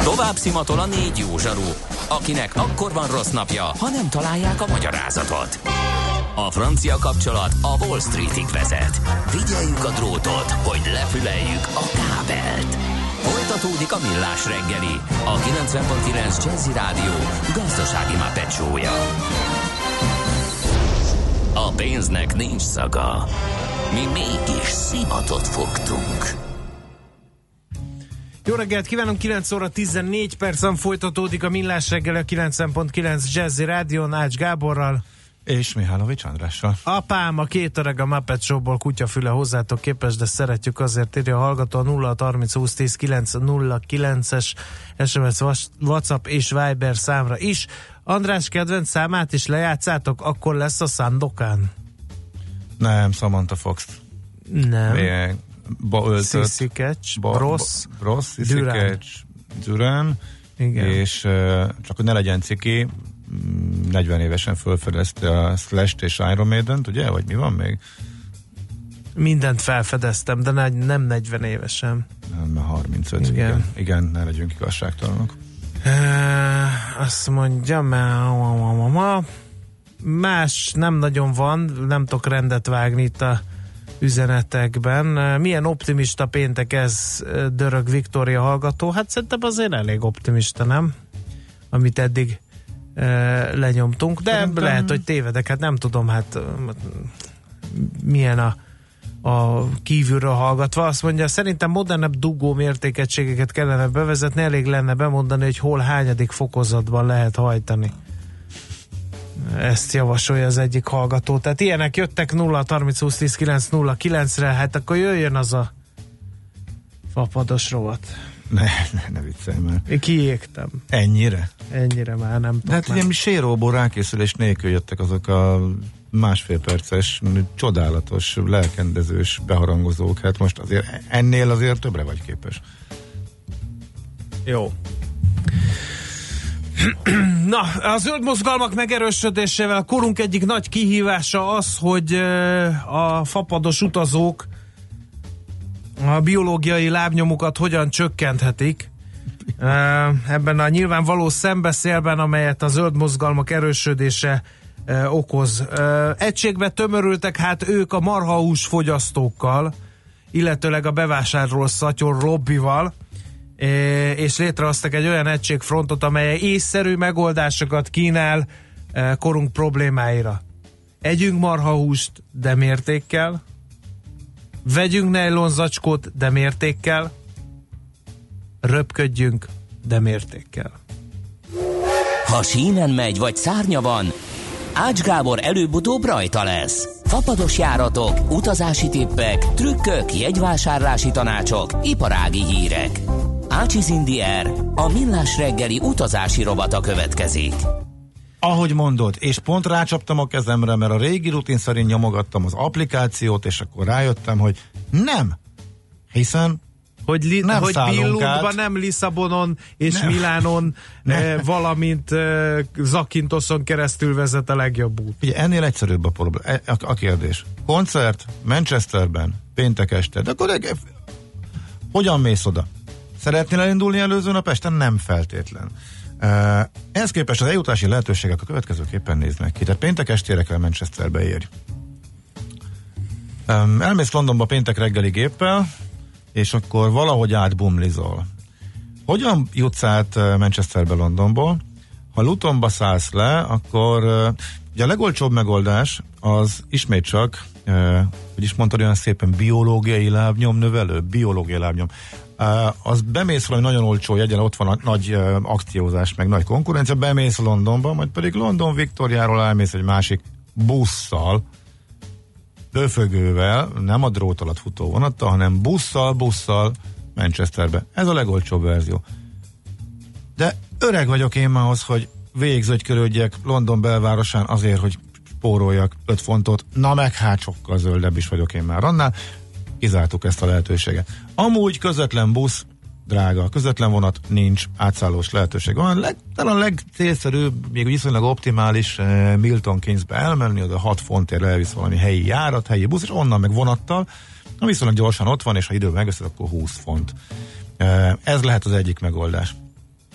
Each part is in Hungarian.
Tovább szimatol a 4 jó zsaru, akinek akkor van rossz napja, ha nem találják a magyarázatot. A francia kapcsolat a Wall Streetig vezet. Figyeljük a drótot, hogy lefüleljük a kábelt. Folytatódik a Millás reggeli, a 90.9 Jazzy Rádió gazdasági mápecsója. A pénznek nincs szaga. Mi mégis szimatot fogtunk. Jó reggelt kívánunk, 9 óra 14 percen folytatódik a Millás reggeli a 90.9 Jazzy Rádión Ács Gáborral és Mihálovics Andrással. Apám, a két öreg a Muppet Show-ból kutyafüle hozzátok képes, de szeretjük, azért írja a hallgató a 0 30 20 10 909-es SMS, WhatsApp és Viber számra is. András kedvenc számát is lejátszátok, akkor lesz a Sandokan? Nem, Samantha Fox. Nem. Sissy Catch, Bros, Sissy Catch, Duran, és csak hogy ne legyen ciki, 40 évesen felfedezte a Slash-t és Iron Maident, ugye? Vagy mi van még? Mindent felfedeztem, de nem 40 évesen. Nem, 35. Igen, ne legyünk igazságtalanok. Azt mondja, más nem nagyon van, nem tudok rendet vágni itt a üzenetekben. Milyen optimista péntek ez, dörög Viktória hallgató? Hát szerintem azért elég optimista, nem? Amit eddig lenyomtunk, de szerintem... lehet, hogy tévedek, hát nem tudom, hát milyen a kívülről hallgatva. Azt mondja, szerintem modernebb dugó mértékegységeket kellene bevezetni, elég lenne bemondani, hogy hol hányadik fokozatban lehet hajtani. Ezt javasolja az egyik hallgató. Tehát ilyenek jöttek 0 30 20 10 909-re, hát akkor jöjjön az a fapados rovat. Ne viccelj már. Én kiégtem. Ennyire? Ennyire már nem tudom. Hát ugye mi séróból rákészülés nélkül jöttek azok a másfél perces, csodálatos, lelkendezős beharangozók. Hát most azért ennél azért többre vagy képes. Jó. Na, a zöld mozgalmak megerősödésével korunk egyik nagy kihívása az, hogy a fapados utazók a biológiai lábnyomukat hogyan csökkenthetik. Ebben a nyilvánvaló szembeszélben, amelyet a zöld mozgalmak erősödése okoz. Egységbe tömörültek hát ők a marhahús fogyasztókkal, illetőleg a bevásárló szatyor lobbival, és létrehoztak egy olyan egységfrontot, amely észszerű megoldásokat kínál korunk problémáira. Együnk marhahúst, de mértékkel, vegyünk nejlonzacskót, de mértékkel, röpködjünk, de mértékkel. Ha sínen megy, vagy szárnya van, Ács Gábor előbb-utóbb rajta lesz. Fapados járatok, utazási tippek, trükkök, jegyvásárlási tanácsok, iparági hírek. Ácsiz in the Air, a Millás reggeli utazási rovata következik. Ahogy mondod, és pont rácsaptam a kezemre, mert a régi rutin szerint nyomogattam az applikációt, és akkor rájöttem, hogy nem, hiszen hogy Billundban, nem Lisszabonon és nem. Milánon, valamint Zakyntoson keresztül vezet a legjobb út. Ugye ennél egyszerűbb a kérdés. Koncert Manchesterben, péntek este, de akkor hogyan mész oda? Szeretnél elindulni előző nap este? Nem feltétlen. Ehhez képest az eljutási lehetőségek a következőképpen néznek ki. Tehát péntek estére kell Manchesterbe érj. Elmész Londonba péntek reggeli géppel, és akkor valahogy átbumlizol. Hogyan jutsz át Manchesterbe Londonból? Ha Lutonba szállsz le, akkor ugye a legolcsóbb megoldás az ismét csak, hogy is mondtad olyan szépen, biológiai lábnyomnövelő, biológiai lábnyom. Az bemész valami nagyon olcsó jegyen, ott van a nagy akciózás, meg nagy konkurencia, bemész Londonba, majd pedig London Victoriáról elmész egy másik busszal, pöfögővel, nem a drót alatt futó vonattal, hanem busszal Manchesterbe. Ez a legolcsóbb verzió. De öreg vagyok én mához, hogy végigzögykölődjek London belvárosán azért, hogy spóroljak 5 fontot, na meg hát sokkal zöldebb is vagyok én már annál. Kizártuk ezt a lehetőséget. Amúgy közvetlen busz drága, közvetlen vonat nincs, átszállós lehetőség van. Talán a legcélszerűbb, még viszonylag optimális Milton Keynesbe elmenni, oda 6 fontért elvisz valami helyi járat, helyi busz, és onnan meg vonattal, viszonylag gyorsan ott van, és ha időben megveszed, akkor 20 font. Ez lehet az egyik megoldás.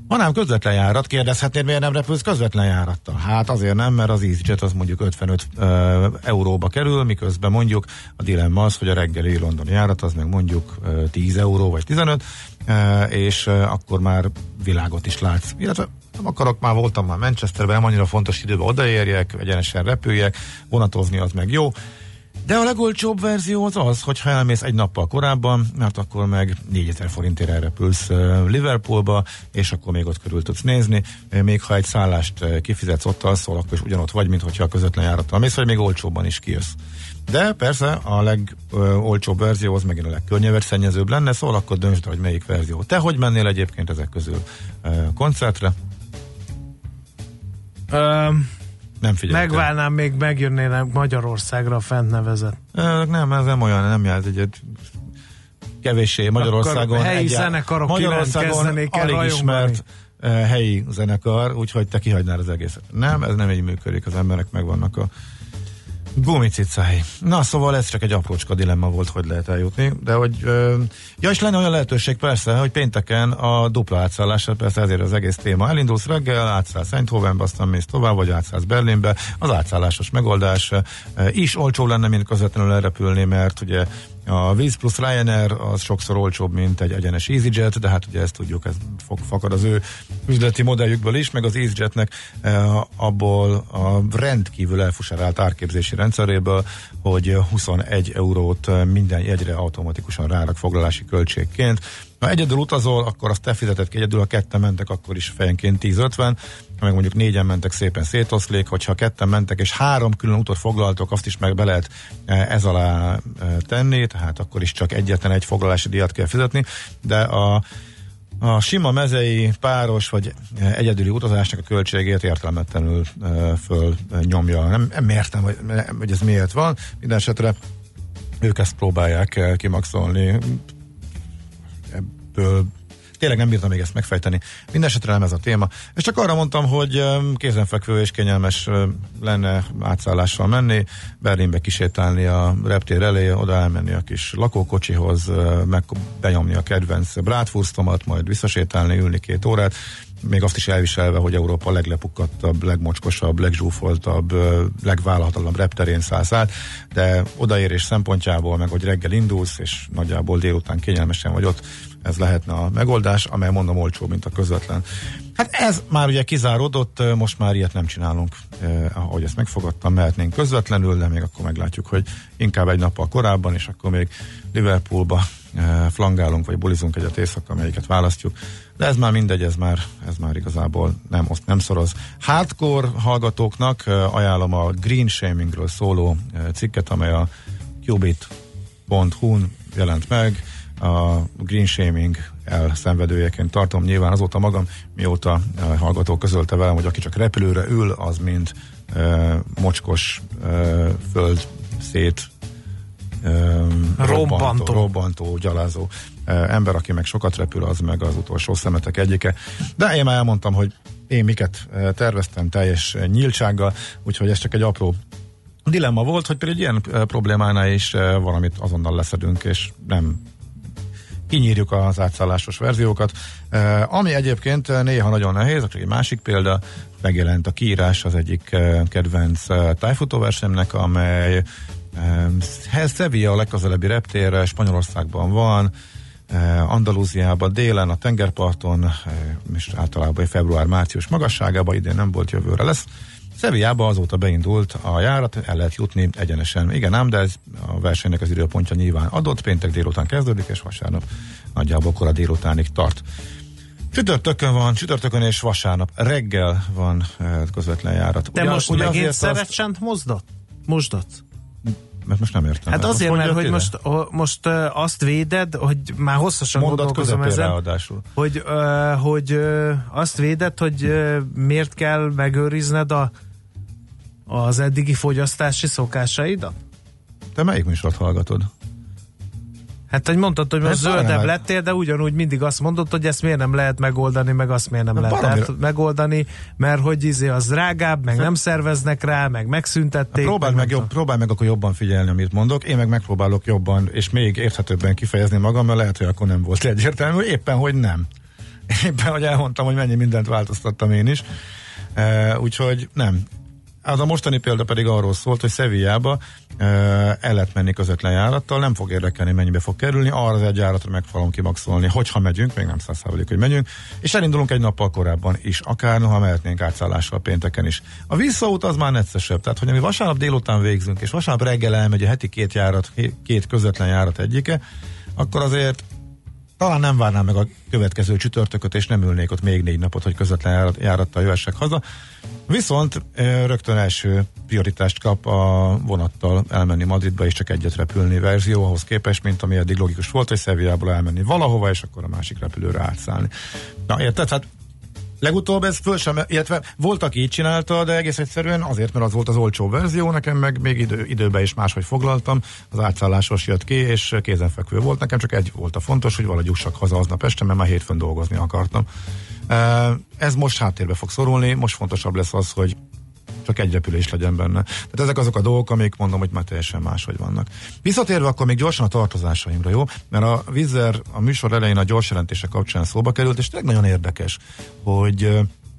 Hanem közvetlen járat, kérdezhetnéd, miért nem repülsz közvetlen járattal? Hát azért nem, mert az EasyJet az mondjuk 55 euróba kerül, miközben mondjuk a dilemma az, hogy a reggeli londoni járat az meg mondjuk 10 euró vagy 15, és akkor már világot is látsz. Illetve nem akarok, voltam már Manchesterben, nem annyira fontos időben odaérjek, egyenesen repüljek, vonatozni az meg jó. De a legolcsóbb verzió az, hogyha elmész egy nappal korábban, mert akkor meg 4000 forintért elrepülsz Liverpoolba, és akkor még ott körül tudsz nézni. Még ha egy szállást kifizetsz, ott alszol, akkor is ugyanott vagy, mint hogyha a közvetlen járattal mész, vagy még olcsóbban is kijössz. De persze a legolcsóbb verzió az megint a legkörnyezetszennyezőbb lenne, szóval akkor döntsd, hogy melyik verzió. Te hogy mennél egyébként ezek közül koncertre? Nem figyeltem. Megválnám, még megjönnének Magyarországra a fent nevezett. Nem, ez nem olyan, nem jelent egy kevéssé Magyarországon. Helyi zenekarok iránt kezdenék el alig ismert helyi zenekar, úgyhogy te kihagynál az egészet. Nem, ez nem így működik, az emberek megvannak a gumicicái. Na, szóval ez csak egy aprócska dilemma volt, hogy lehet eljutni, de hogy és lenne olyan lehetőség persze, hogy pénteken a dupla átszállásra, persze ezért az egész téma. Elindulsz reggel, átszállsz Eindhovenbe, aztán mész tovább, vagy átszállsz Berlinbe. Az átszállásos megoldás is olcsó lenne, mint közvetlenül elrepülni, mert ugye a Wizz plus Ryanair az sokszor olcsóbb, mint egy egyenes EasyJet, de hát ugye ezt tudjuk, ez fakad az ő üzleti modelljükből is, meg az EasyJetnek abból a rendkívül elfuserált árképzési rendszeréből, hogy 21 eurót minden jegyre automatikusan rárak foglalási költségként. Ha egyedül utazol, akkor azt te fizeted ki, egyedül, ha ketten mentek, akkor is fejenként 10,50, ha meg mondjuk 4-en mentek, szépen szétoszlék, hogyha ketten mentek és 3 külön utat foglaltok, azt is meg be lehet ez alá tenni, tehát akkor is csak egyetlen egy foglalási díjat kell fizetni, de a sima mezei, páros vagy egyedüli utazásnak a költségét értelmetlenül föl nyomja. Nem értem, hogy ez miért van. Minden esetre ők ezt próbálják kimaxolni. Ebből tényleg nem bírtam még ezt megfejteni. Mindenesetre nem ez a téma. És csak arra mondtam, hogy kézenfekvő és kényelmes lenne átszállással menni, Berlinbe kisétálni a reptér elé, oda elmenni a kis lakókocsihoz, meg benyomni a kedvenc bratwurstomat, majd visszasétálni, ülni 2 órát, még azt is elviselve, hogy Európa leglepukkadtabb, legmocskosabb, legzsúfoltabb, legvállalhatatlabb repterén szállsz át, de odaérés szempontjából, meg hogy reggel indulsz, és nagyjából délután kényelmesen vagy ott, ez lehetne a megoldás, amely mondom olcsó, mint a közvetlen. Hát ez már ugye kizáródott, most már ilyet nem csinálunk, ahogy ezt megfogadtam, mehetnénk közvetlenül, de még akkor meglátjuk, hogy inkább egy nappal korábban, és akkor még Liverpoolba flangálunk, vagy bulizunk egyet éjszaka, amelyiket választjuk. De ez már mindegy, ez már igazából nem szoroz. Hardcore hallgatóknak ajánlom a Green Shamingről szóló cikket, amely a Qubit.hu-n jelent meg. A Green Shaming elszenvedőjeként tartom nyilván azóta magam, mióta a hallgató közölte velem, hogy aki csak repülőre ül, az mind mocskos föld szét robbantó, gyalázó ember, aki meg sokat repül, az meg az utolsó szemetek egyike. De én már elmondtam, hogy én miket terveztem teljes nyíltsággal, úgyhogy ez csak egy apró dilemma volt, hogy például egy ilyen problémánál is valamit azonnal leszedünk, és nem kinyírjuk az átszállásos verziókat. Ami egyébként néha nagyon nehéz, csak egy másik példa, megjelent a kiírás az egyik kedvenc tájfutóversenynek, amely Sevilla a legközelebbi reptér, Spanyolországban van, Andalúziában délen, a tengerparton, és általában február-március magasságában, idén nem volt, jövőre lesz. Sevillában azóta beindult a járat, el lehet jutni egyenesen. Igen ám, de ez a versenynek az időpontja nyilván adott, péntek délután kezdődik, és vasárnap nagyjából kora délutánig tart. Csütörtökön és vasárnap reggel van közvetlen járat. Te most megint Szerecsent mosdott? Mert most nem értem. Hát azért, mert hogy most azt véded, hogy már hosszasan gondolkozom ezen, hogy azt véded, hogy miért kell megőrizned az eddigi fogyasztási szokásaidat? Te melyik műsort hallgatod? Hát, hogy mondtad, hogy most zöldebb lettél, de ugyanúgy mindig azt mondod, hogy ezt miért nem lehet megoldani, meg azt miért nem lehet megoldani, mert hogy az drágább, meg nem szerveznek rá, meg megszüntették. Próbálj meg akkor jobban figyelni, amit mondok, én meg megpróbálok jobban, és még érthetőbben kifejezni magam, mert lehet, hogy akkor nem volt egyértelmű, éppen, hogy nem. éppen, hogy elmondtam, hogy mennyi mindent változtattam én is. Úgyhogy nem. Az a mostani példa pedig arról szólt, hogy Sevillába el lehet menni közvetlen járattal, nem fog érdekelni, mennyibe fog kerülni, arra az egy járatra meg fogom kimaxolni, hogyha megyünk, még nem 100%, hogy megyünk, és elindulunk egy nappal korábban is, akár ha mehetnénk átszállással pénteken is. A visszaút az már neccesebb, tehát hogy mi vasárnap délután végzünk, és vasárnap reggel elmegy a heti két közvetlen járat egyike, akkor azért talán nem várnám meg a következő csütörtököt, és nem ülnék ott még 4 napot, hogy közvetlen járattal jövessek haza. Viszont rögtön első prioritást kap a vonattal elmenni Madridba, és csak egyet repülni verzió, ahhoz képest, mint ami eddig logikus volt, hogy Sevillából elmenni valahova, és akkor a másik repülőre átszállni. Na érted? Hát legutóbb ez föl sem, illetve volt, aki így csinálta, de egész egyszerűen azért, mert az volt az olcsó verzió, nekem meg még időben is máshogy foglaltam, az átszállásos jött ki, és kézenfekvő volt, nekem csak egy volt a fontos, hogy valahogy jussak haza aznap este, mert már hétfőn dolgozni akartam. Ez most háttérbe fog szorulni, most fontosabb lesz az, hogy csak egy repülés legyen benne. Tehát ezek azok a dolgok, amik mondom, hogy már teljesen máshogy vannak. Visszatérve akkor még gyorsan a tartozásaimra, jó? Mert a Wizz Air a műsor elején a gyors jelentése kapcsán szóba került, és tényleg nagyon érdekes, hogy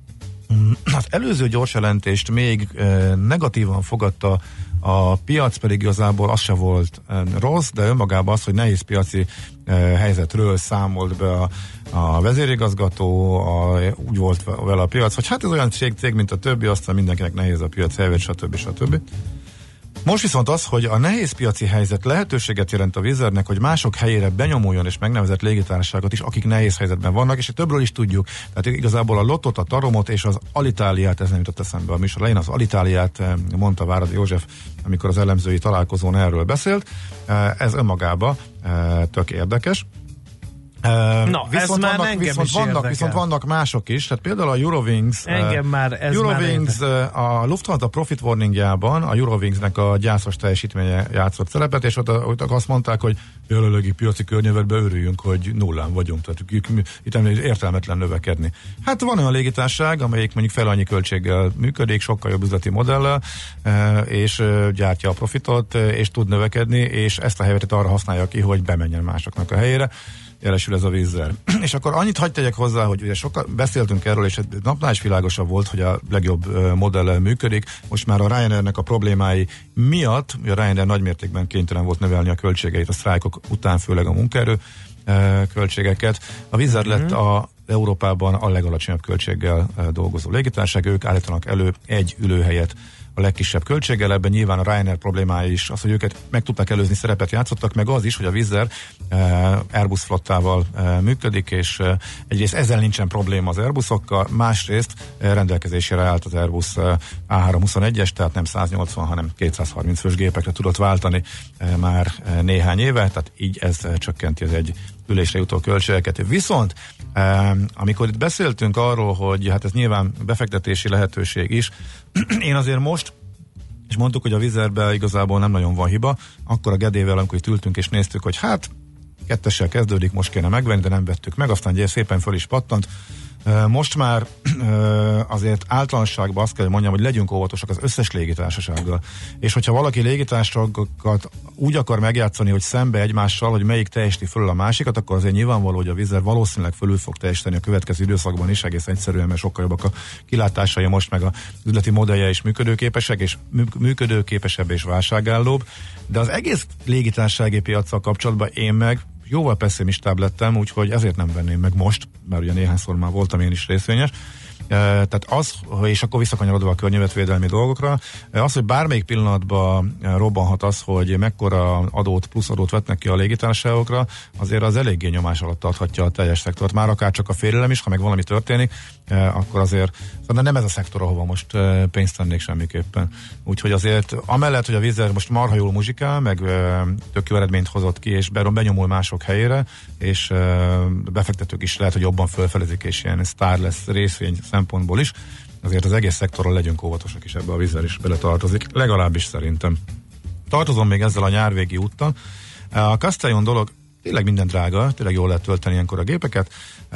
az előző gyors jelentést még negatívan fogadta a piac, pedig igazából az se volt rossz, de önmagában az, hogy nehéz piaci helyzetről számolt be a vezérigazgató, úgy volt vele a piac, hogy hát ez olyan cég, mint a többi, aztán mindenkinek nehéz a piac helyzet, stb. Most viszont az, hogy a nehéz piaci helyzet lehetőséget jelent a Wizz Airnek, hogy mások helyére benyomuljon és megnevezett légitársaságot is, akik nehéz helyzetben vannak, és többről is tudjuk. Tehát igazából a Lottot, a Taromot és az Alitáliát, ez nem jutott eszembe a műsor elején, az Alitáliát mondta Váradi József, amikor az elemzői találkozón erről beszélt. Ez önmagában tök érdekes. Na, viszont ez már viszont vannak mások is, tehát például a Eurowings, a Lufthansa Profit Warningjában a Eurowingsnek a gyászos teljesítménye játszott szerepet, és ott azt mondták, hogy jelenlegi piaci környezetben örüljünk, hogy nullán vagyunk, tehát itt értelmetlen növekedni. Hát van olyan légitársaság, amelyik mondjuk fel annyi költséggel működik, sokkal jobb üzleti modellel, és gyártja a profitot, és tud növekedni, és ezt a helyzetet arra használja ki, hogy bemenjen másoknak a helyére. Jelesül ez a Wizz Air. És akkor annyit hadd tegyek hozzá, hogy ugye sokkal beszéltünk erről, és napnál is világosabb volt, hogy a legjobb modellel működik. Most már a Ryanairnek a problémái miatt, a Ryanair nagymértékben kénytelen volt növelni a költségeit a sztrájkok után, főleg a munkaerő költségeket. A Wizz Air lett a Európában a legalacsonyabb költséggel dolgozó légitársaság, ők állítanak elő egy ülőhelyet a legkisebb költséggel, ebben nyilván a Ryanair problémája is az, hogy őket meg tudták előzni, szerepet játszottak, meg az is, hogy a Wizz Air Airbus flottával működik, és egyrészt ezzel nincsen probléma az Airbusokkal, másrészt rendelkezésére állt az Airbus A321-es, tehát nem 180, hanem 230 fős gépekre tudott váltani már néhány éve, tehát így ez csökkenti az egy ülésre jutó költségeket. Viszont amikor itt beszéltünk arról, hogy hát ez nyilván befektetési lehetőség is, én azért most, és mondtuk, hogy a Wizz Airben igazából nem nagyon van hiba, akkor a Gedével, amikor itt ültünk és néztük, hogy hát 2-essel kezdődik, most kéne megvenni, de nem vettük meg, aztán szépen föl is pattant. Most már azért általánosságban azt kell, hogy mondjam, hogy legyünk óvatosak az összes légitársasággal. És hogyha valaki légitársaságokat úgy akar megjátszani, hogy szembe egymással, hogy melyik teljesíti föl a másikat, akkor azért nyilvánvaló, hogy a Wizz Air valószínűleg fölül fog teljesíteni a következő időszakban is, egész egyszerűen, mert sokkal jobbak a kilátásai most, meg a üzleti modellje is működőképesebb és válságállóbb. De az egész légitársasági piaccal kapcsolatban én meg jóval pessimistább lettem, úgyhogy ezért nem venném meg most, mert ugye néhányszor már voltam én is részvényes. Tehát az, és akkor visszakanyarodva a környezetvédelmi dolgokra, az, hogy bármelyik pillanatban robbanhat az, hogy mekkora adót, plusz adót vetnek ki a légitársaságokra, azért az eléggé nyomás alatt adhatja a teljes szektort. Már akár csak a félelem is, ha meg valami történik, akkor azért szóval nem ez a szektor, ahova most pénzt tennék semmiképpen. Úgyhogy azért amellett, hogy a Wizz Air most marha jól muzsikál, meg tök jó eredményt hozott ki, és benyomul mások helyére, és befektetők is lehet, hogy jobban fölfelezik, és ilyen sztár lesz részvény szempontból is, azért az egész szektorral legyünk óvatosak, is ebbe a Wizz Air is bele tartozik, legalábbis szerintem. Tartozom még ezzel a nyárvégi úttal. A Castellón dolog, tényleg minden drága, tényleg jól lehet tölteni ilyenkor a gépeket.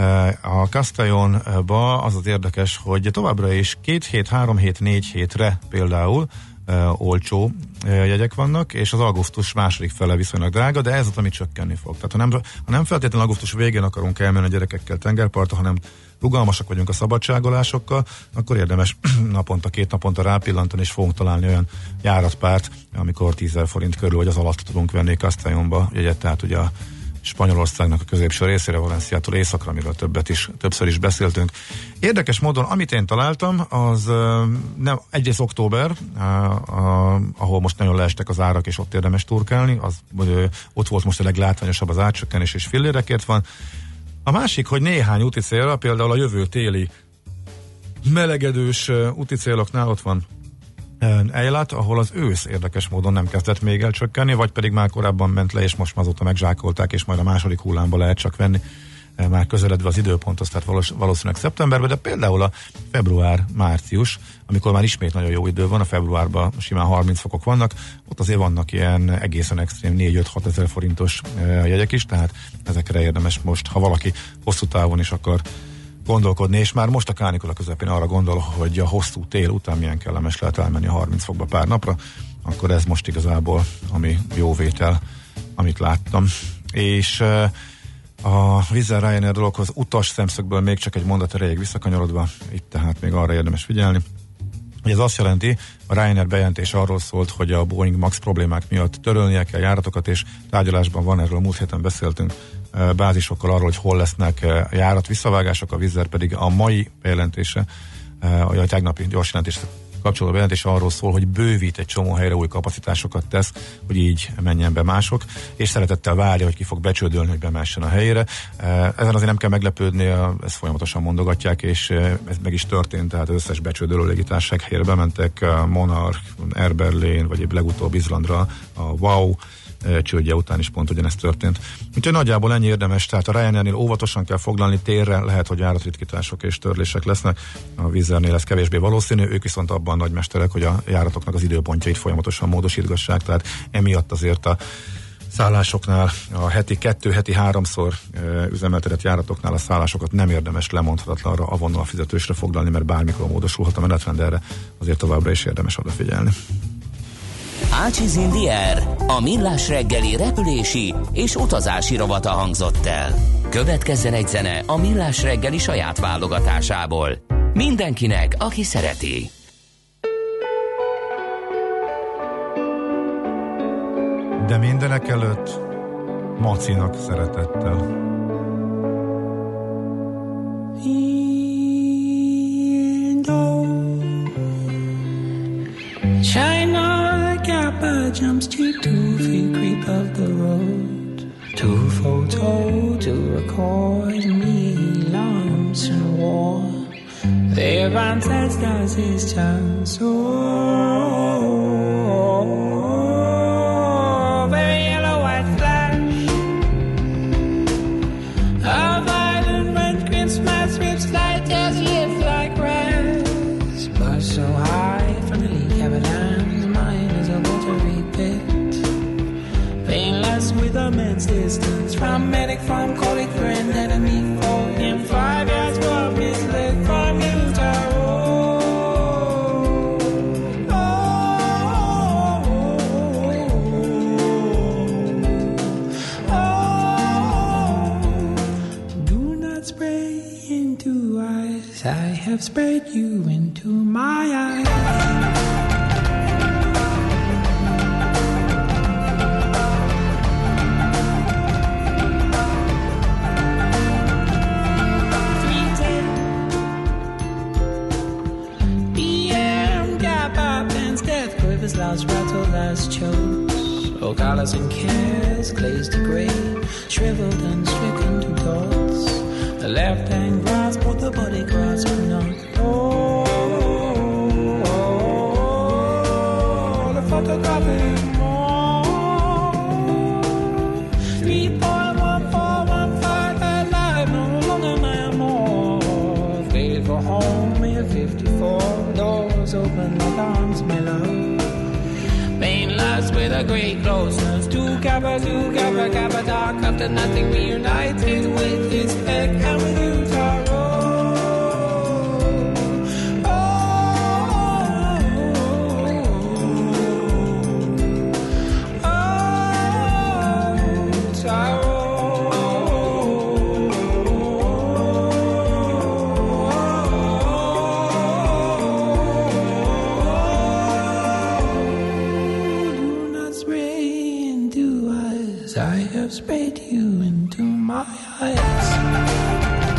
A Castellónba az az érdekes, hogy továbbra is 2 hét, 3 hét, 4 hétre például olcsó jegyek vannak, és az augusztus második fele viszonylag drága, de ez az, ami csökkenni fog. Tehát ha nem feltétlenül augusztus végén akarunk elmenni a gyerekekkel tengerpartra, hanem rugalmasak vagyunk a szabadságolásokkal, akkor érdemes naponta, 2 naponta rápillantani, és fogunk találni olyan járatpárt, amikor 10 000 forint körül, vagy az alatt tudunk venni Castellonba jegyet, tehát ugye a Spanyolországnak a középső részére, Valenciától északra, amiről többször is beszéltünk. Érdekes módon, amit én találtam, az nem, egyrészt október, ahol most nagyon leestek az árak, és ott érdemes turkálni, ott volt most a leglátványosabb az árcsökkenés, és fillérekért van. A másik, hogy néhány úti célra, például a jövő téli melegedős úti céloknál ott van Eilat, ahol az ősz érdekes módon nem kezdett még el csökkenni, vagy pedig már korábban ment le, és most már azóta megzsákolták, és majd a második hullámba lehet csak venni, már közeledve az időponthoz, tehát valószínűleg szeptemberben, de például a február-március, amikor már ismét nagyon jó idő van, a februárban simán 30 fokok vannak, ott azért vannak ilyen egészen extrém 4-5-6 ezer forintos jegyek is, tehát ezekre érdemes most, ha valaki hosszú távon is akar gondolkodni, és már most a kánikula közepén arra gondol, hogy a hosszú tél után milyen kellemes lehet elmenni a 30 fokba pár napra, akkor ez most igazából ami jó vétel, amit láttam. És a Wizz Air Ryanair dologhoz utas szemszögből még csak egy mondat erejéig visszakanyarodva, itt tehát még arra érdemes figyelni, hogy ez azt jelenti, a Ryanair bejelentés arról szólt, hogy a Boeing Max problémák miatt törölnie kell járatokat, és tárgyalásban van, erről múlt héten beszéltünk bázisokkal arról, hogy hol lesznek járat visszavágások, a Wizz Air pedig a mai bejelentése, a tegnapi gyors jelentés kapcsolódó bejelentés arról szól, hogy bővít egy csomó helyre, új kapacitásokat tesz, hogy így menjen be mások, és szeretettel várja, hogy ki fog becsődölni, hogy bemessen a helyére. Ezen azért nem kell meglepődni, ezt folyamatosan mondogatják, és ez meg is történt, tehát az összes becsődölő légitársaság helyére bementek, Monarch, Air Berlin, vagy épp legutóbb Izlandra, a WOW csődje után is pont ugyanezt történt. Úgyhogy nagyjából ennyi érdemes, tehát a Ryanairnél óvatosan kell foglalni, térre lehet, hogy járatritkítások és törlések lesznek, a Wizz Airnél ez kevésbé valószínű, ők viszont abban nagymesterek, hogy a járatoknak az időpontjait folyamatosan módosítgassák, tehát emiatt azért a szállásoknál, a heti 3-szor üzemeltetett járatoknál a szállásokat nem érdemes lemondhatatlanra avonnal fizetősre foglalni, mert bármikor módosulhat a menetrend, erre azért továbbra is érdemes odafigyelni. Ácsiz Indier, a millás reggeli repülési és utazási rovata hangzott el. Következzen egy zene a millás reggeli saját válogatásából. Mindenkinek, aki szereti. De mindenek előtt Macinak szeretettel. China Kappa jumps to 2 feet creep of the road, to photo, to record me lumps in war. Their ancestors his chance so very yellow white flash, a violent red Christmas which light as live like grass, but so high from the leak avalanche, mine is a watery pit, painless with immense distance from medic, from colleague, friend, enemy, foe. In 5 years walk is lit from Utah. I have spread you into my eyes. PM, gap up and death quivers, last rattle, last chokes. Oh, collars and cares, glazed to grey, shriveled and stricken to dots. The left hand grasp, but the body grasp not. Oh, the photographic more. 3.1415 alive, no longer my more. Faded for home in 54, doors open like arms, my love. Painless with a great closeness. Two kappa, dark after nothing reunited with his peck and with Utah Road. Oh, sprayed you into my eyes.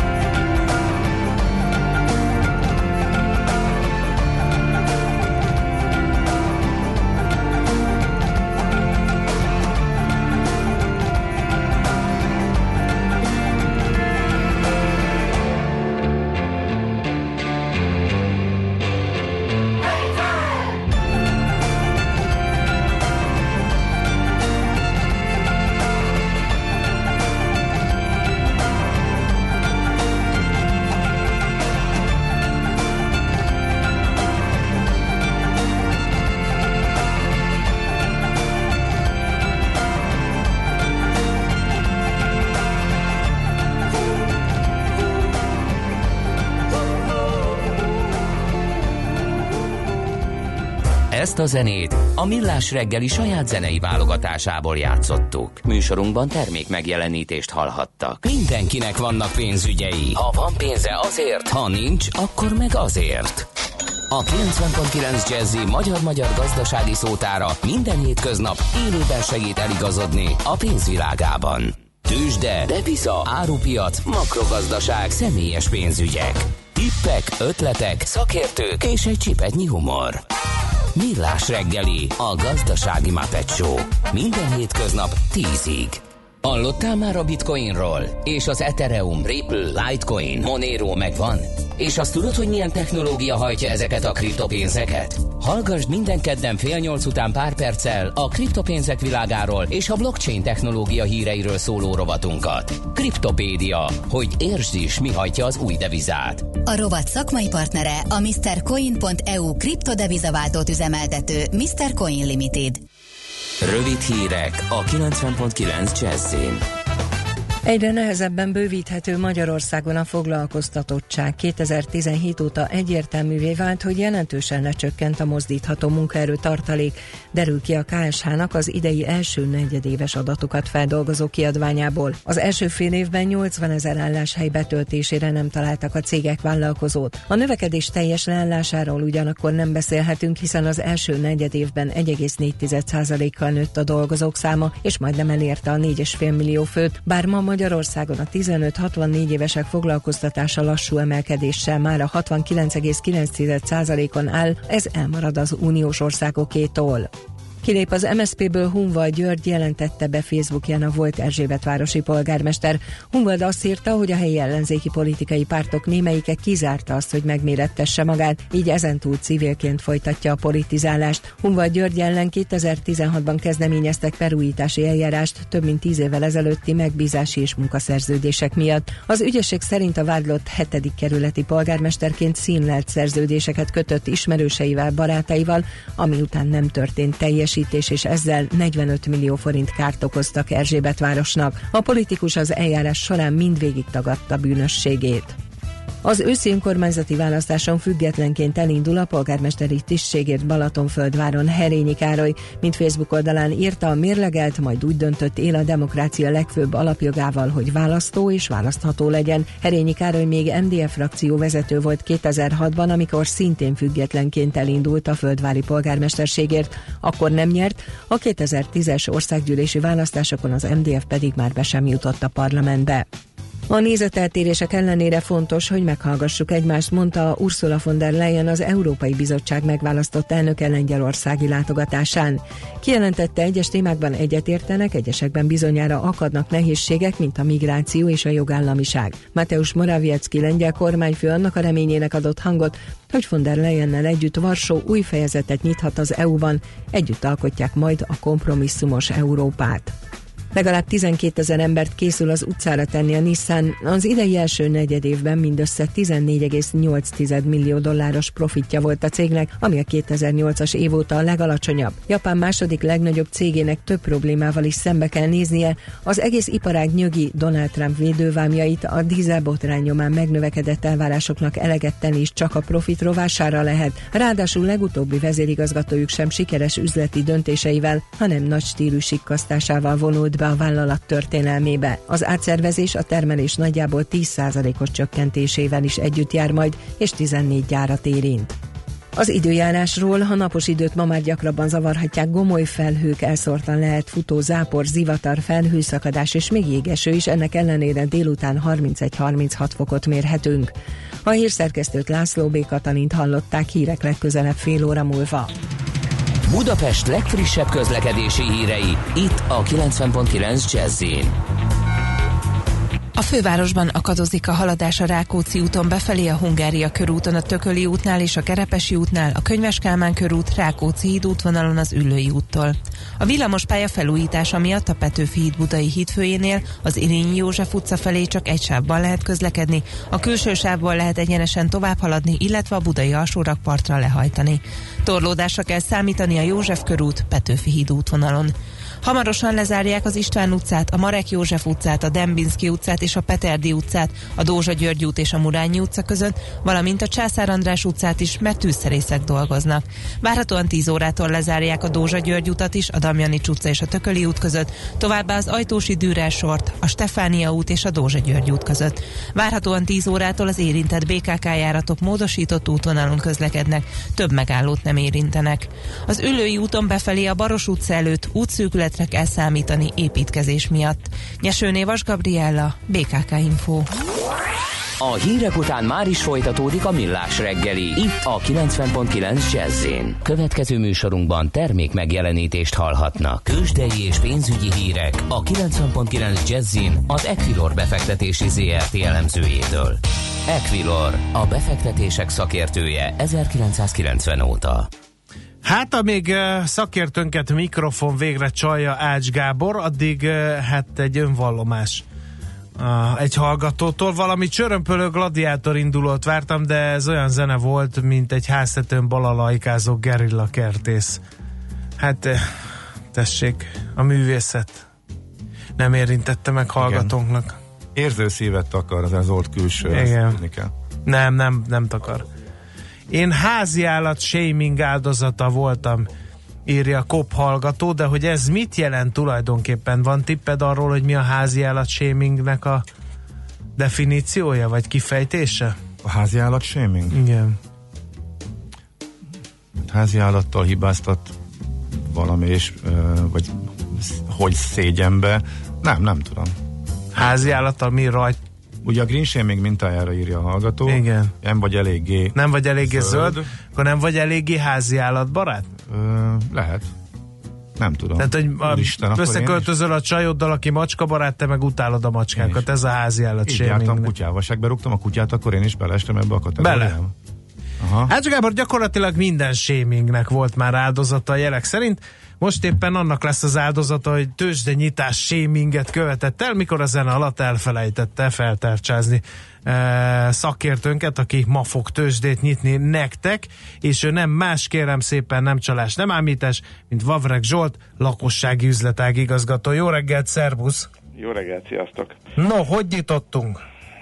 Ezt a zenét a Millás reggeli saját zenei válogatásából játszottuk. Műsorunkban termék megjelenítést hallhattak. Mindenkinek vannak pénzügyei. Ha van pénze azért, ha nincs, akkor meg azért. A 90.9 Jazzy magyar-magyar gazdasági szótára minden hétköznap élőben segít eligazodni a pénzvilágában. Tőzsde, depisza, árupiac, makrogazdaság, személyes pénzügyek. Tippek, ötletek, szakértők és egy csipetnyi humor. Millás reggeli, a gazdasági Muppet Show. Minden hétköznap 10-ig. Hallottál már a Bitcoinról? És az Ethereum, Ripple, Litecoin, Monero megvan? És azt tudod, hogy milyen technológia hajtja ezeket a kriptopénzeket? Hallgassd minden kedden 7:30 után pár perccel a kriptopénzek világáról és a blockchain technológia híreiről szóló rovatunkat. Kriptopédia, hogy értsd is, mi hajtja az új devizát. A rovat szakmai partnere a MrCoin.eu kriptodevizaváltót üzemeltető Mr. Coin Limited. Rövid hírek a 90.9 Jazzyn. Egyre nehezebben bővíthető Magyarországon a foglalkoztatottság. 2017 óta egyértelművé vált, hogy jelentősen lecsökkent a mozdítható munkaerő tartalék, derül ki a KSH-nak az idei első negyedéves adatokat feldolgozó kiadványából. Az első fél évben 80 000 álláshely betöltésére nem találtak a cégek vállalkozót. A növekedés teljes leállásáról ugyanakkor nem beszélhetünk, hiszen az első negyedévben 1,4%-kal nőtt a dolgozók száma, és majdnem elérte a 4,5 millió főt, bár ma Magyarországon a 15-64 évesek foglalkoztatása lassú emelkedéssel már a 69,9%-on áll, ez elmarad az uniós országokétól. Kilép az MSZP-ből Hunvald György, jelentette be Facebookján a volt Erzsébetvárosi polgármester. Hunvald azt írta, hogy a helyi ellenzéki politikai pártok némelyike kizárta azt, hogy megmérettesse magát, így ezentúl civilként folytatja a politizálást. Hunvald György ellen 2016-ban kezdeményeztek perújítási eljárást több mint 10 évvel ezelőtti megbízási és munkaszerződések miatt. Az ügyesség szerint a vádlott 7. kerületi polgármesterként színlelt szerződéseket kötött ismerőseivel, barátaival, ami után nem történt teljes, és ezzel 45 millió forint kárt okoztak Erzsébetvárosnak. A politikus az eljárás során mindvégig tagadta bűnösségét. Az őszi önkormányzati választáson függetlenként elindul a polgármesteri tisztségért Balatonföldváron Herényi Károly, mint Facebook oldalán írta, mérlegelt, majd úgy döntött, él a demokrácia legfőbb alapjogával, hogy választó és választható legyen. Herényi Károly még MDF frakció vezető volt 2006-ban, amikor szintén függetlenként elindult a földvári polgármesterségért. Akkor nem nyert, a 2010-es országgyűlési választásokon az MDF pedig már be sem jutott a parlamentbe. A nézeteltérések ellenére fontos, hogy meghallgassuk egymást, mondta Ursula von der Leyen az Európai Bizottság megválasztott elnöke lengyelországi látogatásán. Kijelentette, egyes témákban egyetértenek, egyesekben bizonyára akadnak nehézségek, mint a migráció és a jogállamiság. Mateusz Morawiecki lengyel kormányfő annak a reményének adott hangot, hogy von der Leyennel együtt Varsó új fejezetet nyithat az EU-ban, együtt alkotják majd a kompromisszumos Európát. Legalább 12 000 embert készül az utcára tenni a Nissan. Az idei első negyedévben mindössze 14,8 millió dolláros profitja volt a cégnek, ami a 2008-as év óta a legalacsonyabb. Japán második legnagyobb cégének több problémával is szembe kell néznie. Az egész iparág nyögi Donald Trump védővámjait, a dízelbotrány nyomán megnövekedett elvárásoknak eleget tenni is csak a profit rovására lehet. Ráadásul legutóbbi vezérigazgatójuk sem sikeres üzleti döntéseivel, hanem nagy stílű sikkasztásával vonult be a vállalat történelmébe. Az átszervezés a termelés nagyjából 10%-os csökkentésével is együtt jár majd, és 14 gyárat érint. Az időjárásról: a napos időt ma már gyakrabban zavarhatják gomoly felhők, elszórtan lehet futó zápor, zivatar, felhőszakadás és még jégeső is, ennek ellenére délután 31-36 fokot mérhetünk. A hírszerkesztőt, László B. Katalint hallották, hírek legközelebb fél óra múlva. Budapest legfrissebb közlekedési hírei, itt a 90.9 Jazz-in. A fővárosban akadozik a haladás a Rákóczi úton befelé, a Hungária körúton, a Tököli útnál és a Kerepesi útnál, a Könyves Kálmán körút, Rákóczi híd útvonalon az Üllői úttól. A villamospálya felújítása miatt a Petőfi híd Budai hídfőjénél az Irényi József utca felé csak egy sávban lehet közlekedni, a külső sávból lehet egyenesen tovább haladni, illetve a Budai alsórakpartra lehajtani. Torlódásra kell számítani a József körút, Petőfi híd útvonalon. Hamarosan lezárják az István utcát, a Marek József utcát, a Dembinszky utcát és a Peterdi utcát, a Dózsa György út és a Murányi utca között, valamint a Császár András utcát is, mert tűzszerészek dolgoznak. Várhatóan 10 órától lezárják a Dózsa György utat is, a Damjanics utca és a Tököli út között, továbbá az Ajtósi Dürer sort, a Stefánia út és a Dózsa György út között. Várhatóan 10 órától az érintett BKK járatok módosított útvonalon közlekednek, több megállót nem érintenek. Az Üllői úton befelé a Baros utca előtt útszűkületre kell számítani építkezés miatt. Nyesőné Vas Gabriella, BKK Info. A hírek után már is folytatódik a Millás reggeli, itt a 90.9 Jazz-in. Következő műsorunkban termék megjelenítést hallhatnak. Tőzsdei és pénzügyi hírek a 90.9 Jazz-in az Equilor befektetési ZRT elemzőjétől. Equilor, a befektetések szakértője 1990 óta. Hát, amíg szakértőnket mikrofon végre csalja Ács Gábor, addig hát egy önvallomás egy hallgatótól. Valami csörömpölő gladiátor indulót vártam, de ez olyan zene volt, mint egy háztetőn balalajkázó gerilla kertész. Hát tessék, a művészet nem érintette meg hallgatónknak. Érző szívet akar az old külső. Igen. Nem takar. Én háziállat shaming áldozata voltam, írja a Kop hallgató, de hogy ez mit jelent tulajdonképpen? Van tipped arról, hogy mi a háziállat shamingnek a definíciója, vagy kifejtése? A háziállat shaming? Igen. Háziállattal hibáztat valami, és vagy hogy szégyenbe? Nem tudom. Háziállattal mi rajt? Ugye a green shaming mintájára írja a hallgató. Igen. Nem vagy eléggé zöld, akkor nem vagy eléggé háziállatbarát? Lehet. Nem tudom. Tehát, hogy összeköltözöl a csajoddal, aki macskabarát, te meg utálod a macskákat. Ez a háziállat shaming. Így jártam kutyával, segbe rúgtam a kutyát, akkor én is beleestem ebbe a kategóriába. Bele. Aha. Hát Gábor, gyakorlatilag minden shamingnek volt már áldozata a jelek szerint. Most éppen annak lesz az áldozata, hogy tőzsdenyitás shaminget követett el, mikor a zene alatt elfelejtette feltárcsázni szakértőnket, aki ma fog tőzsdét nyitni nektek, és ő nem más, kérem szépen, nem csalás, nem ámítás, mint Vavreg Zsolt, lakossági üzletág igazgató. Jó reggelt, szervusz! Jó reggelt, sziasztok! No, hogy nyitottunk?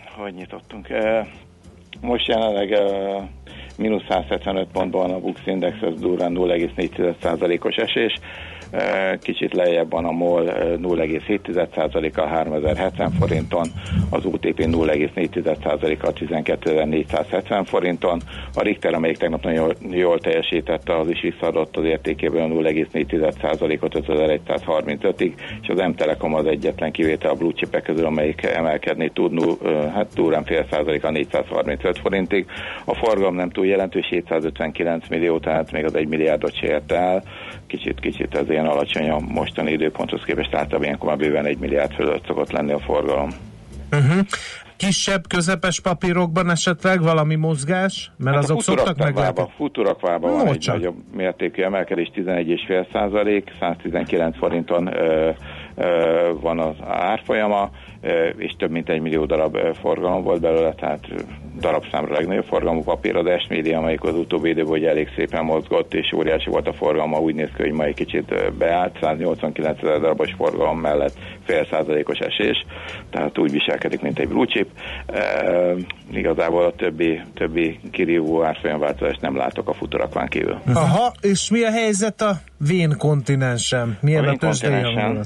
Most jelenleg mínusz 175 pontban van a Bux Index, ez durván 0,4%-os esés, kicsit lejjebb van a MOL 0,7%-kal 3070 forinton, az OTP 0,4%-kal 12470 forinton, a Richter, amelyik tegnap nagyon jól teljesítette, az is visszaadott az értékéből 0,4%-ot 5135-ig, és az M-Telekom az egyetlen kivétel a blue chipek közül, amelyik emelkedni tud, hát durván fél százaléka 435 forintig. A forgalom nem túl jelentős, 759 millió, tehát még az 1 milliárdot se érte el, kicsit ez ilyen alacsony a mostani időponthoz képest, általában ilyenkor már bőven 1 milliárd fölött szokott lenni a forgalom. Kisebb, közepes papírokban esetleg valami mozgás? Mert hát azok szoktak meglepni. Futurakvában van egy nagyobb mértékű emelkedés, 11,5%, 119 forinton van az árfolyama, és több mint 1 millió darab forgalom volt belőle, tehát darabszámra legnagyobb forgalmú papír, az S-Media, amelyik az utóbbi időben ugye elég szépen mozgott, és óriási volt a forgalma, úgy néz ki, hogy ma egy kicsit beállt, 189 000 darabos forgalom mellett fél százalékos esés, tehát úgy viselkedik, mint egy blue chip. Igazából a többi kirívó árfolyamváltozást nem látok a futurakván kívül. Aha, és mi a helyzet a vén kontinensen? Milyen a tőzsdei hangulat?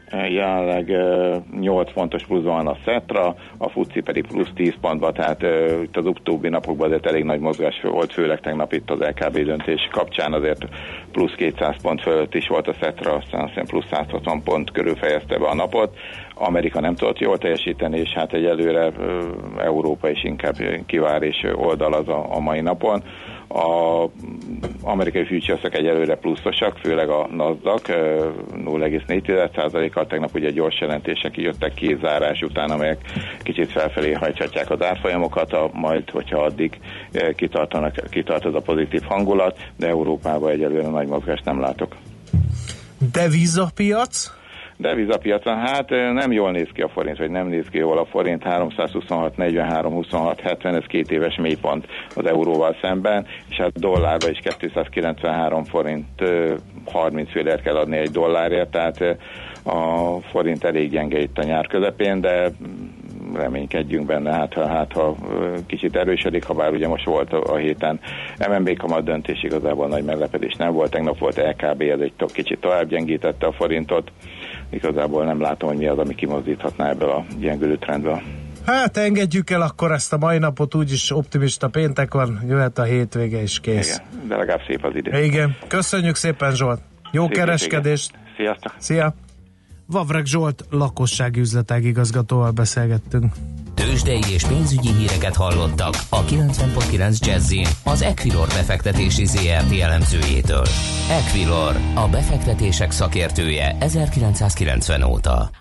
Jelenleg 8 pontos pluszban van a Szetra, a FTSE pedig plusz 10 pontban, tehát itt az utóbbi napokban azért elég nagy mozgás volt, főleg tegnap itt az LKB döntés kapcsán azért plusz 200 pont fölött is volt a Szetra, aztán azt hiszem plusz 160 pont körül fejezte be a napot. Amerika nem tudott jól teljesíteni, és hát egyelőre Európa is inkább kivárés oldal az a mai napon. Az amerikai futures-ök egyelőre pluszosak, főleg a NASDAQ 0,4%-kal. Tegnap ugye gyors jelentések jöttek ki zárás után, amelyek kicsit felfelé hajthatják az árfolyamokat, majd hogyha addig kitart az a pozitív hangulat, de Európában egyelőre nagy mozgást nem látok. Devizapiac? Devizapiacon, hát nem jól néz ki a forint, vagy nem néz ki jól a forint, 326,43,26,70, ez 2 éves mélypont az euróval szemben, és hát dollárba is 293 forint 30 fillért kell adni egy dollárért, tehát a forint elég gyenge itt a nyár közepén, de reménykedjünk benne, ha kicsit erősödik, ha bár ugye most volt a héten MNB kamat döntés, igazából nagy meglepetés nem volt, tegnap volt LKB, ez egy kicsit tovább gyengítette a forintot, igazából nem látom, hogy mi az, ami kimozdíthatná ebből a gyengülő trendből. Hát engedjük el akkor ezt a mai napot, úgyis optimista péntek van, jöhet a hétvége is kész. Igen, de legalább szép az idő. Igen, köszönjük szépen Zsolt, jó szép kereskedést! Sziasztok! Szia! Vavreg Zsolt lakossági üzletág igazgatóval beszélgettünk. Tőzsdei és pénzügyi híreket hallottak a 90.9 Jazzin az Equilor befektetési ZRT elemzőjétől. Equilor, a befektetések szakértője 1990 óta.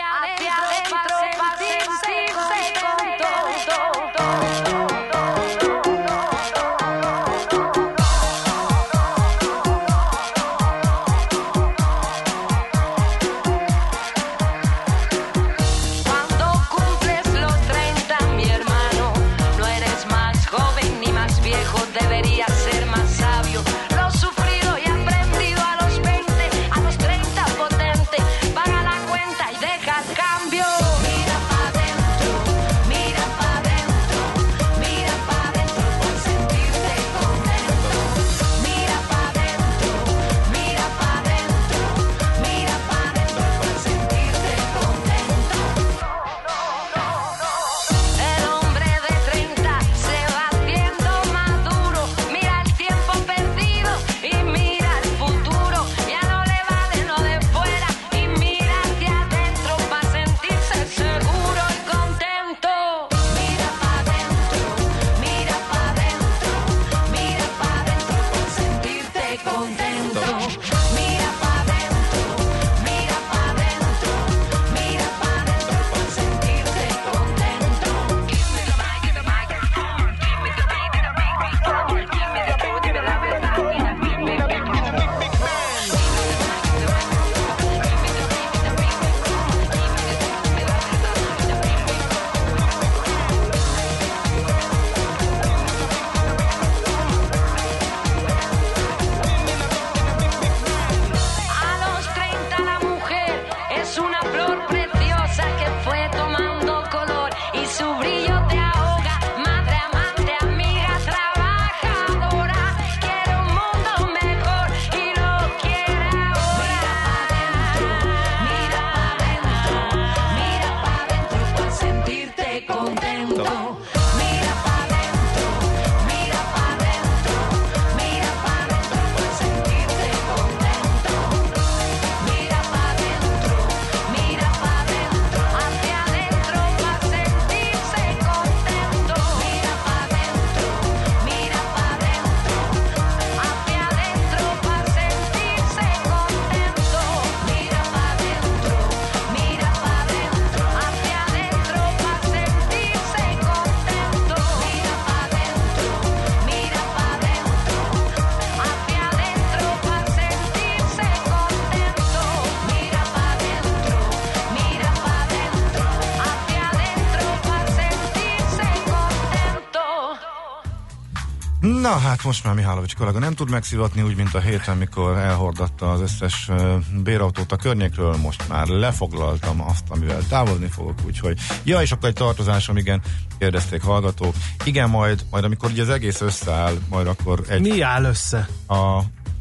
Na hát most már Mihálovics kollega nem tud megszivatni, úgy mint a héten, mikor elhordatta az összes bérautót a környékről, most már lefoglaltam azt, amivel távolni fogok, úgyhogy ja, és akkor egy tartozásom, igen, kérdezték hallgatók. Igen, majd amikor ugye az egész összeáll, majd akkor egy... Mi áll össze?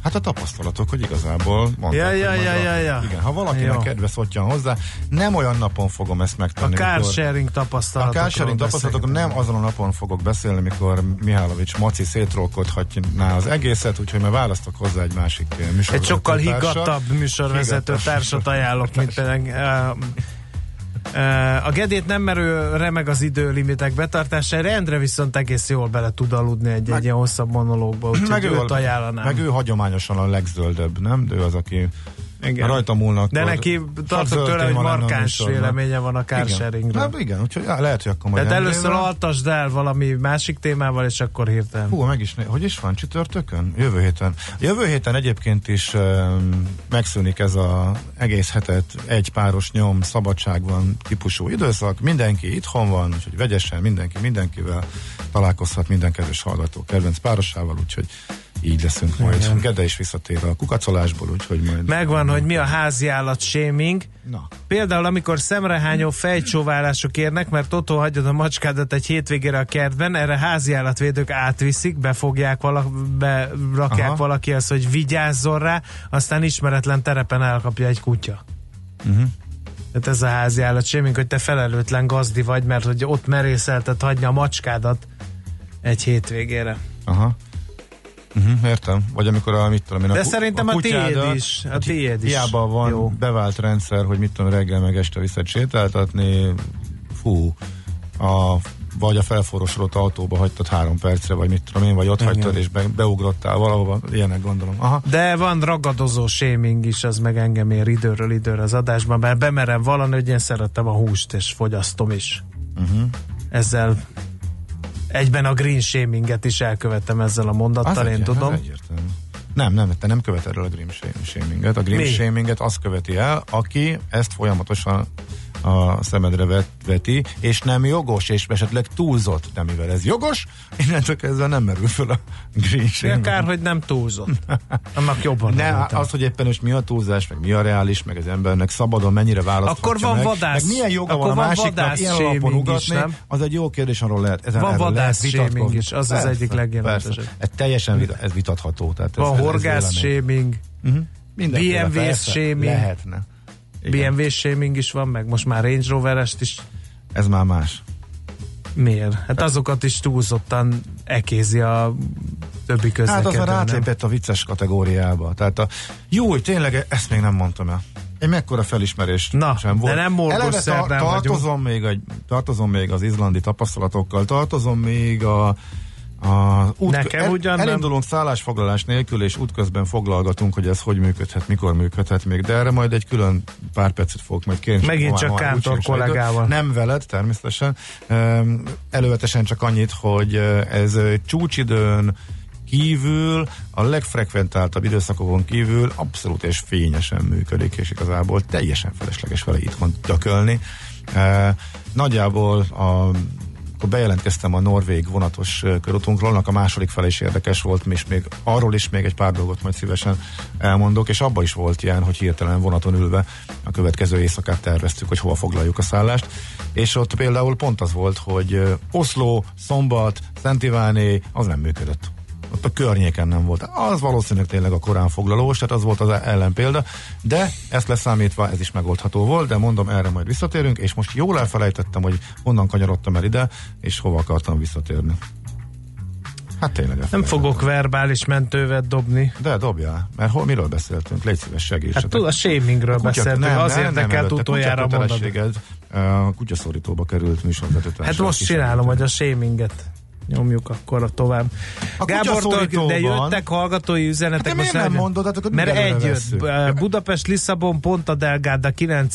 Hát a tapasztalatok, hogy igazából mondták, Ja. Igen, ha valakinek kedve szottyan hozzá, nem olyan napon fogom ezt megtenni. A carsharing tapasztalatokról. A carsharing tapasztalatokról nem azon a napon fogok beszélni, mikor Mihálovics Maci szétrolkodhatná az egészet, úgyhogy már választok hozzá egy másik műsorvezető. Egy sokkal higgadtabb műsorvezető társat ajánlok, mint például a Gedét nem merő remeg az időlimitek betartására, Endre viszont egész jól bele tud aludni egy ilyen hosszabb monológba, úgyhogy őt ajánlanám. Meg ő hagyományosan a legzöldebb, nem? De ő az, aki rajta múlnak. De neki tartok tőle, hogy markáns véleménye van a carsharingről. Hát igen, úgyhogy lehet, hogy akkor majd tehát először altasd el valami másik témával, és akkor hirtelen. Hú, hogy is van csütörtökön? Jövő héten egyébként is megszűnik ez az egész hetet egy páros nyom, szabadság van típusú időszak, mindenki itthon van, úgyhogy vegyesen mindenkivel találkozhat, minden kedves hallgató kedvenc párosával, úgyhogy így leszünk majd. Gede is visszatér a kukacolásból, úgyhogy majd... Megvan, hogy mi a háziállat shaming. Na. Például, amikor szemrehányó fejcsóválások érnek, mert otthon hagyod a macskádat egy hétvégére a kertben, erre háziállatvédők átviszik, berakják valakihez, hogy vigyázzon rá, aztán ismeretlen terepen elkapja egy kutya. Tehát ez a háziállat shaming, hogy te felelőtlen gazdi vagy, mert hogy ott merészelted hagyni a macskádat egy hétvégére. Értem. Vagy amikor mit tudom én, de szerintem a tiéd is. Hiába van jó bevált rendszer, hogy mit tudom, reggel meg este vissza sétáltatni, vagy a felforrósodott autóba hagytad 3 percre, vagy mit tudom én, vagy ott hagytad és beugrottál valahova, ilyenek gondolom. De van ragadozó shaming is, az meg engem ér időről időre az adásban, mert bemerem valami, hogy én szeretem a húst, és fogyasztom is. Ezzel egyben a green shaminget is elkövettem ezzel a mondattal, én tudom. Nem, te nem követed el a green shaminget. A green shaminget azt követi el, aki ezt folyamatosan a szemedre veti, és nem jogos, és esetleg túlzott, de mivel ez jogos, innentől kezdve nem merül föl a green shaming. Kár, hogy nem túlzott. Annak jobban az, hogy éppen most mi a túlzás, meg mi a reális, meg az embernek szabadon mennyire választhatja akkor van meg, vadász, meg milyen joga van a másiknak ilyen alapon ugatni, az egy jó kérdés, arról lehet. Van vadász shaming is, az az egyik legjelentősebb. Ez teljesen ez vitatható. Van horgász shaming, BMW-s shaming. Lehetne. BMW shaming is van, meg most már Range Rover-est is. Ez már más. Miért? Hát azokat is túlzottan ekézi a többi közlekedő. Hát az már átlépett a vicces kategóriába. Tehát jó, tényleg ezt még nem mondtam el. Egy mekkora felismerés sem volt. De nem morgos szerdán tartozom még az izlandi tapasztalatokkal, tartozom még elindulunk szállásfoglalás nélkül, és útközben foglalgatunk, hogy ez hogy működhet, mikor működhet még, de erre majd egy külön pár percet fogok majd kérni. Megint csak Kántor kollégával. Nem veled, természetesen. Előzetesen csak annyit, hogy ez csúcsidőn kívül, a legfrekventáltabb időszakokon kívül abszolút és fényesen működik, és igazából teljesen felesleges vele itthon tökölni. Nagyjából akkor bejelentkeztem a norvég vonatos körutunkról, annak a második fele is érdekes volt, és még arról is még egy pár dolgot majd szívesen elmondok, és abban is volt ilyen, hogy hirtelen vonaton ülve a következő éjszakát terveztük, hogy hova foglaljuk a szállást, és ott például pont az volt, hogy Oszló, Szombat, Szent Iváné, az nem működött. Ott a környéken nem volt. Az valószínűleg tényleg a korán foglalós, tehát az volt az ellenpélda, de ezt leszámítva ez is megoldható volt, de mondom, erre majd visszatérünk, és most jól elfelejtettem, hogy honnan kanyarodtam el ide, és hova akartam visszatérni. Hát tényleg. Nem fogok verbális mentővet dobni. De dobjál, mert miről beszéltünk? Légy szíves, segítsetek. Hát a shamingről beszéltünk, az érdekelt utoljára mondani. A kutyaszorítóba került műsorvezetőtársal. Hát most csinálom, hogy a shaminget nyomjuk akkor tovább. Gábortól, de jöttek hallgatói üzenetek. Hát most nem mondod, hát akkor mert egy jött. Budapest-Lisszabon, Ponta Delgada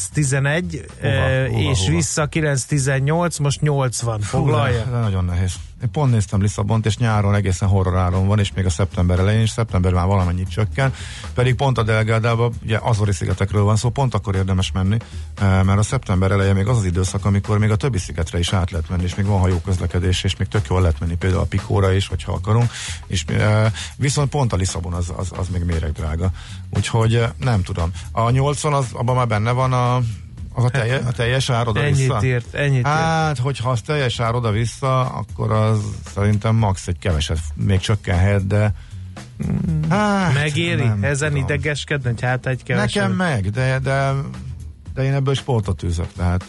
9:11, és vissza 9:18, most 80. Foglalja? De nagyon nehéz. Én pont néztem Lisszabont, és nyáron egészen horroráron van, és még a szeptember elején, és szeptember már valamennyit csökken, pedig pont a Delgádában, ugye Azori-szigetekről van szó, pont akkor érdemes menni, mert a szeptember eleje még az az időszak, amikor még a többi szigetre is át lehet menni, és még van hajóközlekedés, és még tök jól lehet menni például a Pikóra is, hogyha akarunk, és viszont pont a Lisszabon az még méregdrága. Úgyhogy nem tudom. A 80 abban már benne van a teljes ár oda-vissza? Ennyit hát, hogyha az teljes ár oda-vissza, akkor az szerintem max egy keveset még csökkenhet, de Megéri ezen tudom idegeskedni, hogy hát egy kevesebb? Nekem meg, de én ebből sportot űzök, tehát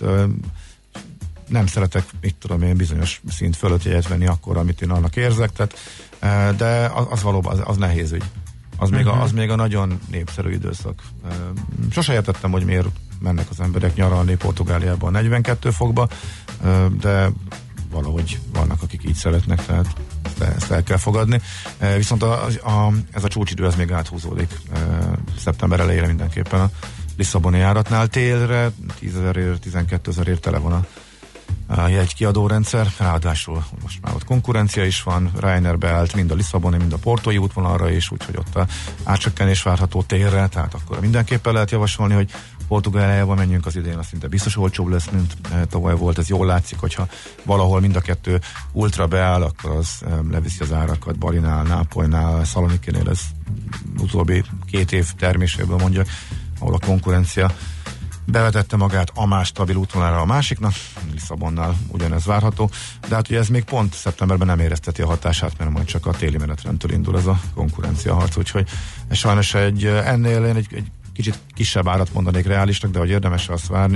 nem szeretek, mit tudom én, bizonyos szint fölött jegyet venni akkor, amit én annak érzek, tehát, de az valóban, az nehéz ügy. Az még a nagyon népszerű időszak. Sose értettem, hogy miért mennek az emberek nyaralni Portugáliában 42 fokba, de valahogy vannak, akik így szeretnek, tehát ezt el kell fogadni. Viszont ez a csúcsidő ez még áthúzódik szeptember elejére mindenképpen a Lisszaboni járatnál. Télre 10.000-ért, 12.000-ért tele van a jegykiadó rendszer, ráadásul most már ott konkurencia is van, Ryanair beállt mind a Lisszaboni, mind a portói útvonalra is, úgyhogy ott a átcsökkenés várható térre, tehát akkor mindenképpen lehet javasolni, hogy Portugáliába menjünk az idén, az szinte biztos olcsóbb lesz, mint tavaly volt, ez jól látszik, hogyha valahol mind a kettő ultra beáll, akkor az leviszi az árakat, Balinál, Nápolynál, Szalonikinél, ez utóbbi 2 év terméséből mondjak, ahol a konkurencia bevetette magát a más stabil útvonalára a másiknak, Lisszabonnál ugyanez várható, de hát ugye ez még pont szeptemberben nem érezteti a hatását, mert majd csak a téli menetrendtől indul ez a konkurencia harc, úgyhogy sajnos ennél én egy kicsit kisebb árat mondanék reálisnak, de hogy érdemes azt várni,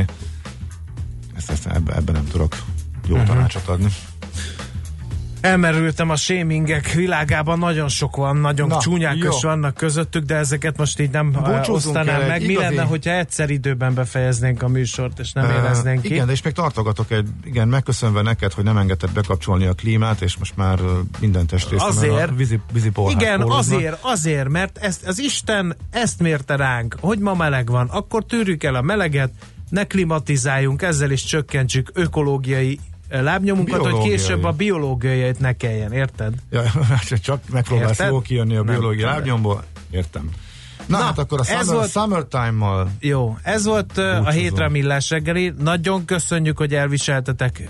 ebben nem tudok jó tanácsot adni. Elmerültem a shamingek világában, nagyon sok van, nagyon csúnyák is vannak közöttük, de ezeket most így nem osztanám meg. Mi lenne, hogyha egyszer időben befejeznénk a műsort, és nem éreznénk ki? Igen, de és még tartogatok megköszönve neked, hogy nem engedted bekapcsolni a klímát, és most már minden testrészen azért, a vízipolhát igen, pólóznak. azért, mert az Isten ezt mérte ránk, hogy ma meleg van, akkor tűrjük el a meleget, ne klimatizáljunk, ezzel is csökkentsük ökológiai lábnyomunkat, hogy később a biológiait ne kelljen, érted? Ja, csak megpróbálsz jól kijönni a biológiai lábnyomból, értem. Na hát akkor a Summertime-mal. Jó, ez volt a hétre Millás reggeli. Nagyon köszönjük, hogy elviseltetek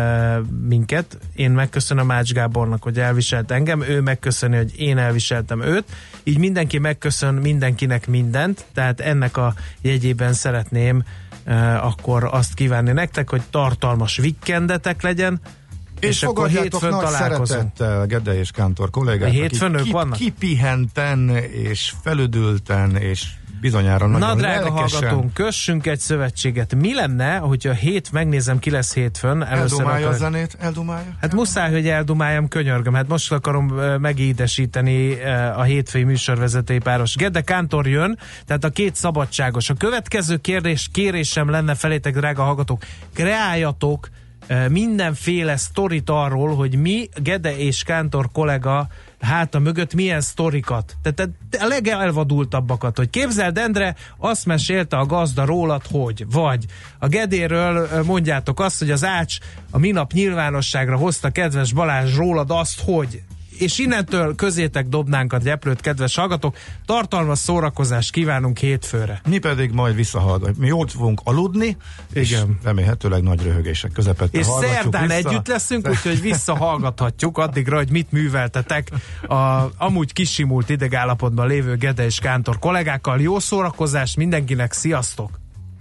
minket. Én megköszönöm Ács Gábornak, hogy elviselt engem. Ő megköszöni, hogy én elviseltem őt. Így mindenki megköszön mindenkinek mindent. Tehát ennek a jegyében szeretném akkor azt kívánni nektek, hogy tartalmas weekendetek legyen, és akkor hétfőn nagy találkozunk. Szeretettel Gede és Kántor kollégák, hétfőn ők vannak? Kipihenten és felüdülten és bizonyára nagyon na, drága lelkesen. hallgatónk, kössünk egy szövetséget. Mi lenne, hogyha megnézem, ki lesz hétfőn? Eldumálja a zenét? Hát muszáj, hogy eldumáljam, könyörgöm. Hát most akarom megédesíteni a hétfői műsorvezetői páros. Gede Kántor jön, tehát a két szabadságos. A következő kérésem lenne felétek, drága hallgatók, kreáljatok mindenféle sztorit arról, hogy mi, Gede és Kántor kollega háta mögött milyen sztorikat. Tehát a legelvadultabbakat, hogy képzeld, Endre, azt mesélte a gazda rólad, hogy, vagy a Gedéről mondjátok azt, hogy az Ács a minap nyilvánosságra hozta kedves Balázs rólad azt, hogy, és innentől közétek dobnánk a gyeplőt, kedves hallgatók, tartalmas szórakozást kívánunk hétfőre. Mi pedig majd visszahallgatjuk. Mi jót fogunk aludni, és remélhetőleg nagy röhögések közepette és hallgatjuk szerdán vissza. együtt leszünk, úgyhogy visszahallgathatjuk addigra, hogy mit műveltetek a amúgy kisimult idegállapotban lévő Gede és Kántor kollégákkal. Jó szórakozást mindenkinek, sziasztok!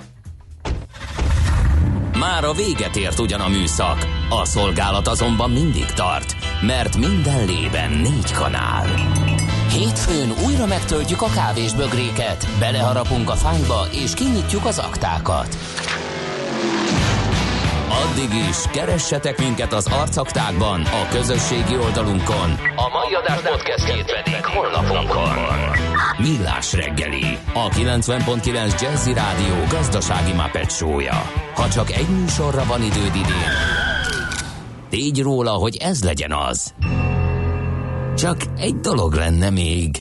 Már a véget ért ugyan a műszak, a szolgálat azonban mindig tart, mert minden lében 4 kanál. Hétfőn újra megtöltjük a kávésbögréket, beleharapunk a fányba és kinyitjuk az aktákat. Addig is keressetek minket az arcaktákban, a közösségi oldalunkon. A mai adás podcastjét pedig honlapunkon. Millás reggeli, a 90.9 Jazzy Rádió gazdasági Muppet show-ja. Ha csak egy műsorra van időd idén, tégy róla, hogy ez legyen az. Csak egy dolog lenne még.